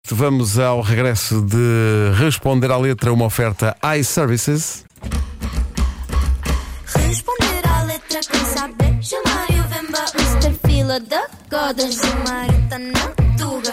Vamos ao regresso de Responder à Letra, uma oferta iServices. Responder à letra quem saber. Chamar o Vemba, Mr. Fila da Godas e Marita na Tuga.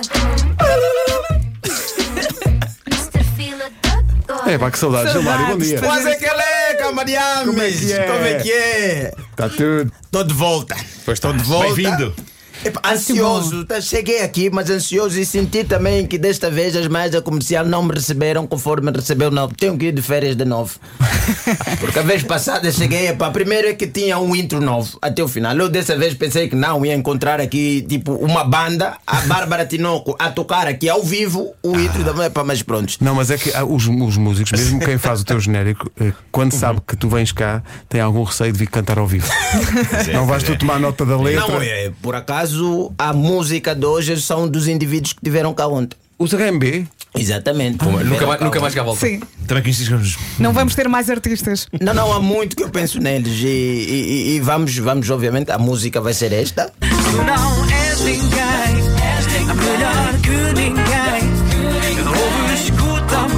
Mr. Fila da Godas. É pá, que saudades, Gilmário, bom dia. Mas é que é, Mariames. Como é que é? Como é que é? Está tudo. Estou de volta. Pois Estou de volta. Bem-vindo. Epa, ansioso, cheguei aqui, mas ansioso, e senti também que desta vez as mães da comercial não me receberam conforme recebeu. Não, tenho que ir de férias de novo. Porque a vez passada cheguei, epa, primeiro é que tinha um intro novo até o final. Eu dessa vez pensei que não ia encontrar aqui tipo uma banda, a Bárbara Tinoco a tocar aqui ao vivo o intro da epa, mas pronto. Não, mas é que os músicos, mesmo quem faz o teu genérico, quando sabe que tu vens cá, tem algum receio de vir cantar ao vivo. Não vais tu tomar nota da letra. Não, é, por acaso a música de hoje são dos indivíduos que tiveram cá ontem. Os HMB? Exatamente. Nunca mais cá volta. Sim, Também que isto não vamos ter mais artistas. Não, há muito que eu penso neles e vamos, obviamente, a música vai ser esta. Tu não és ninguém, a melhor que ninguém. Ouve, escuta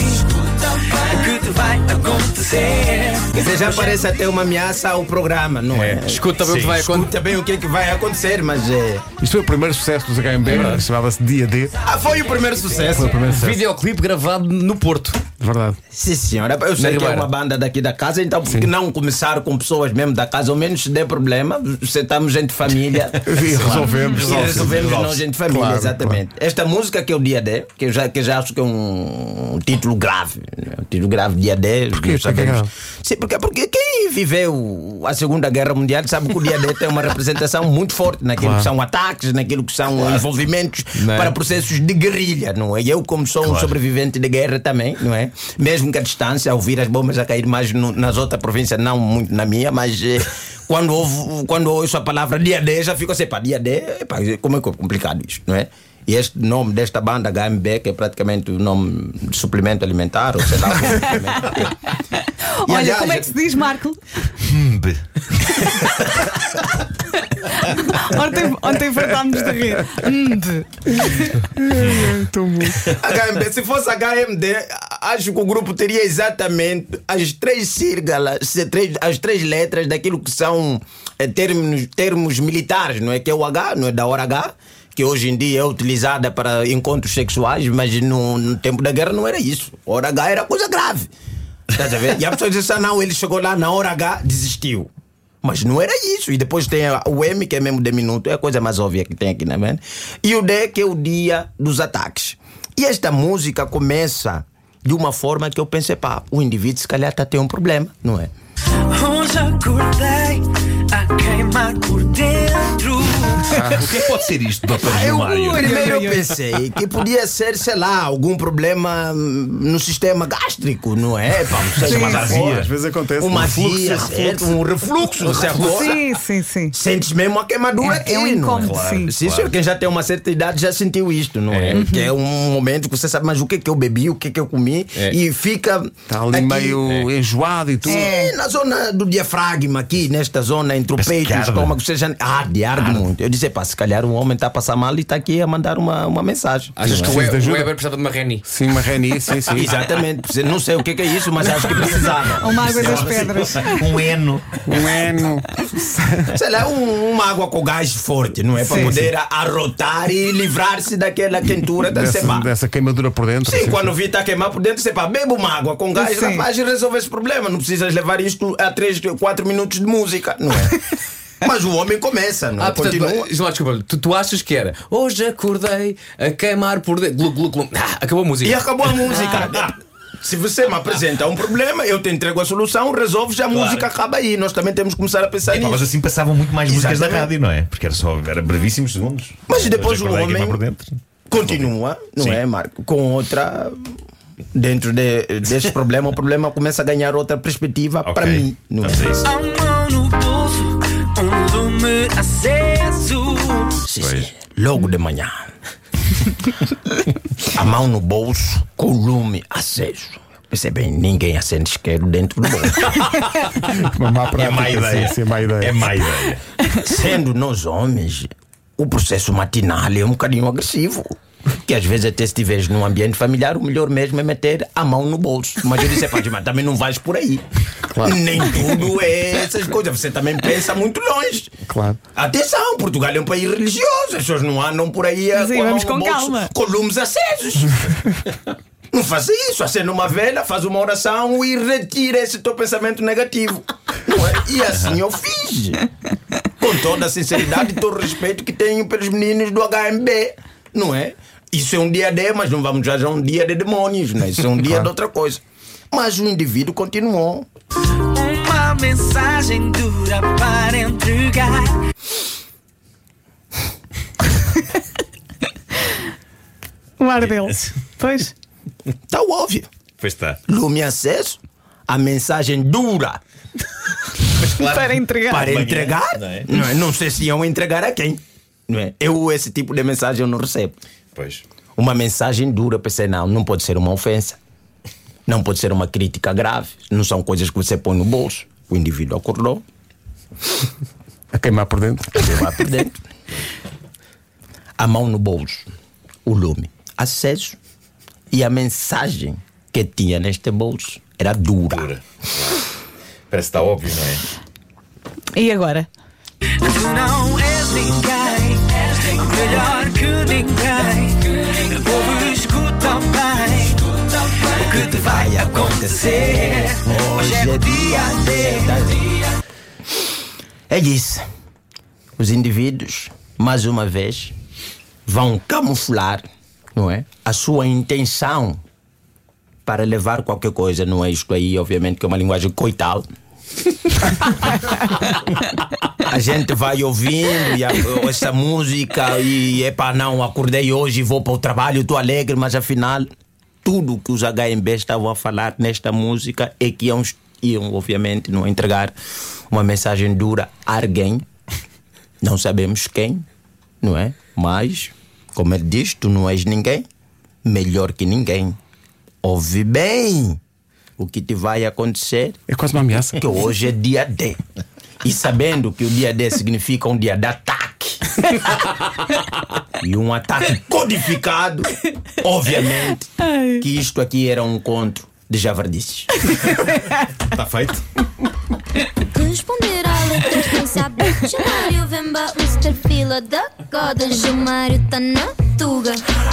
bem o que te vai acontecer. Quer dizer, já parece até uma ameaça ao programa, não é? Escuta bem o que vai acontecer. Escuta bem o que é que vai acontecer, mas é. Isto foi o primeiro sucesso dos HMB, chamava-se Dia D. Foi o primeiro sucesso. Foi o primeiro sucesso. Videoclipe gravado no Porto. Verdade. Sim, senhora. Eu sei que é Ribeira. uma banda daqui da casa, então por que não começar com pessoas mesmo da casa? Ao menos se der problema, sentamos gente de família. E resolvemos. E resolvemos nós, gente de família, Claro, exatamente. Esta música que é o Dia D, que eu já acho que é um título grave. Um título grave, Dia D. Porquê? Porque é grave? Sim, porque quem viveu a Segunda Guerra Mundial sabe que o Dia D tem uma representação muito forte naquilo que são ataques, naquilo que são envolvimentos para processos de guerrilha, não é? E eu, como sou um sobrevivente de guerra também, não é? Mesmo que a distância, a ouvir as bombas a cair mais nas outras províncias, não muito na minha, mas quando ouço a palavra Dia D, já fico assim, pá, Dia D, pá, como é que é complicado isto, não é? E este nome desta banda, HMB, que é praticamente o nome de suplemento alimentar, ou sei lá. Olha, aliás, como é que se diz, Marco? Ontem fartámos de rir. HMB, se fosse HMD, acho que o grupo teria exatamente as três sílabas, as três letras daquilo que são termos militares, não é? Que é o H, não é? Da hora H, que hoje em dia é utilizada para encontros sexuais, mas no tempo da guerra não era isso. A hora H era coisa grave. Estás a ver? E a pessoa diz assim, não, ele chegou lá na hora H, desistiu. Mas não era isso. E depois tem o M, que é mesmo de minuto, é a coisa mais óbvia que tem aqui, não é? E o D, que é o dia dos ataques. E esta música começa de uma forma que eu pensei, pá, o indivíduo se calhar está a ter um problema, não é? Hoje acordei a queimar por dentro. O que é que pode ser isto, Dr. Gilmário? Primeiro eu pensei que podia ser, sei lá, algum problema no sistema gástrico, não é? Pá, Uma azia. Às vezes acontece. uma azia, certo? Um refluxo, você acorda. Sim. Sentes mesmo a queimadura aqui, É um incômodo, não é? sim. Sim, senhor, quem já tem uma certa idade já sentiu isto, não é? Que é um momento que você sabe, mas o que é que eu bebi, o que é que eu comi, e fica Está ali aqui, meio enjoado e tudo. na zona do diafragma, aqui nesta zona entre o Parece peito que e o arde. estômago, você já arde muito. Eu disse, pá, se calhar o homem está a passar mal e está aqui a mandar uma mensagem. Achas que Precisa de o ajuda? Weber precisava de uma Reni? Sim, uma Reni, sim. Exatamente, não sei o que é isso, mas acho que precisava. Uma água das pedras. Um eno. Um eno. Sei lá, uma água com gás forte, não é? Para poder arrotar e livrar-se daquela quentura da seba. Dessa queimadura por dentro. Sim, quando vi está a queimar por dentro, você pá, bebe uma água com gás, Sim. rapaz, e resolve esse problema. Não precisas levar isto a 3, 4 minutos de música, não é? Mas o homem começa, não é? Portanto, Continua. Gilmário, desculpa, tu achas que era hoje acordei a queimar por dentro. Glu, glu, glu. Acabou a música. E acabou a música. Se você me apresenta um problema, eu te entrego a solução, resolves, a música acaba aí. Nós também temos que começar a pensar Epá, nisso. mas assim passavam muito mais músicas da Exatamente. rádio, não é? Porque era brevíssimos segundos. Mas depois Hoje o acordei a homem queimar por dentro. continua, não Sim. é, Marco? Com outra. Dentro desse problema, o problema começa a ganhar outra perspectiva para mim, não é? Vamos a isso. A mão no bolso, um lume aceso. Sim, sim. Logo de manhã. A mão no bolso, com o lume aceso. Pensei bem, ninguém acende isqueiro dentro do bolso. Uma má prática, É má ideia. sim, má ideia. É má ideia. Sendo nós homens, o processo matinal é um bocadinho agressivo. Que às vezes até se estiveres num ambiente familiar, o melhor mesmo é meter a mão no bolso. Mas eu disse, mas também não vais por aí. Claro. Nem tudo é essas coisas. Você também pensa muito longe. Claro. Atenção, Portugal é um país religioso. As pessoas não andam por aí Sim, com a mão vamos no com bolso, calma. com lumes acesos. Não faça isso. Acenda uma vela, faz uma oração e retira esse teu pensamento negativo. Não é? E assim eu fiz. Com toda a sinceridade e todo o respeito que tenho pelos meninos do HMB. Não é? Isso é um dia de, mas não vamos já um dia de demônios, né? Isso é um dia de outra coisa. Mas o indivíduo continuou. Uma mensagem dura para entregar. O ar dele. Pois. Está óbvio. Pois está. Lume acesso, a mensagem dura Para entregar. para Amanhã, entregar. não é? Não sei se iam entregar a quem. Não é? Eu, esse tipo de mensagem, eu não recebo. Pois. Uma mensagem dura, pensei, não pode ser uma ofensa. Não pode ser uma crítica grave. Não são coisas que você põe no bolso. O indivíduo acordou, A queimar por dentro. vai por dentro. A mão no bolso, o lume aceso e a mensagem que tinha neste bolso era dura. Dura. Parece que está óbvio, não é? E agora? Tu não és ninguém, melhor que ninguém. O povo escuta bem o que te vai acontecer. Hoje é o dia D. É isso. Os indivíduos, mais uma vez, vão camuflar, não é? A sua intenção para levar qualquer coisa, não é isto aí, obviamente, que é uma linguagem coital. A gente vai ouvindo essa música e não, acordei hoje e vou para o trabalho, estou alegre, mas afinal tudo que os HMB estavam a falar nesta música é que iam obviamente não entregar uma mensagem dura a alguém, não sabemos quem, não é? Mas, como ele diz, tu não és ninguém melhor que ninguém. Ouve bem o que te vai acontecer, É quase uma ameaça. que hoje é dia D. E sabendo que o dia D significa um dia de ataque. E um ataque codificado, obviamente, que isto aqui era um encontro de javardices. Está feito? Responder à letra quem sabe. Gilmário Vemba, Mr. Fila da Goda. Gilmário tá na Tuga.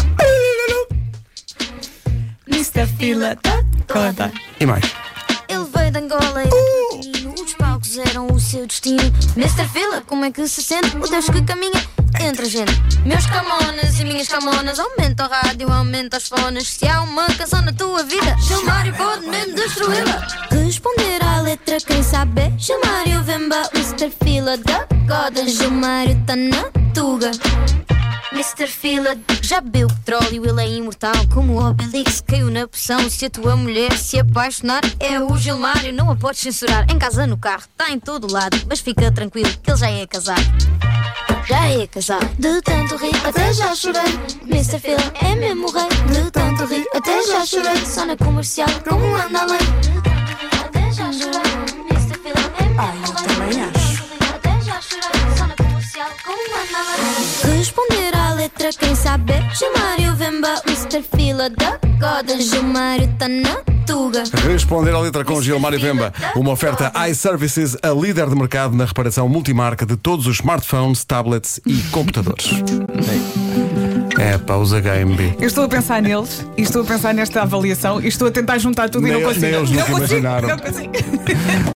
Mr. Fila da Goda. E mais. Ele veio de Angola e pequenino. Os palcos eram o seu destino. Mr. Fila, como é que se sente? O Deus que caminha entre a gente. Meus camonas e minhas camonas. Aumenta o rádio, aumenta os fones. Se há uma canção na tua vida, Gilmário pode mesmo destruí-la. Responder à letra quem sabe. Gilmário Vemba, Mr. Fila da Goda. Gilmário tá na Tuga. Mr. Fila já bebeu petróleo, ele é imortal como o Obelix, caiu na poção. Se a tua mulher se apaixonar, é o Gilmário, não a podes censurar. Em casa, no carro, está em todo lado, mas fica tranquilo que ele já é casado. Já é casado. De tanto rir, até já chorei. Mr. Fila é mesmo rei. De tanto rir, até já chorei. Só na comercial, como anda a lei. Até já chorei. Mr. Fila é mesmo rei. Até já chorei. Só na comercial, como anda a lei. Responder à letra quem sabe. Gilmário Vemba, Mr. Fila da Goda. Gilmário tá na Tuga. Responder à letra com Gilmário Vemba. Uma oferta iServices, a líder de mercado na reparação multimarca de todos os smartphones, tablets e computadores. É pá, os HMB. Eu estou a pensar neles e estou a pensar nesta avaliação e estou a tentar juntar tudo e Nem não consigo. eles nunca Não consigo, imaginaram. não consigo.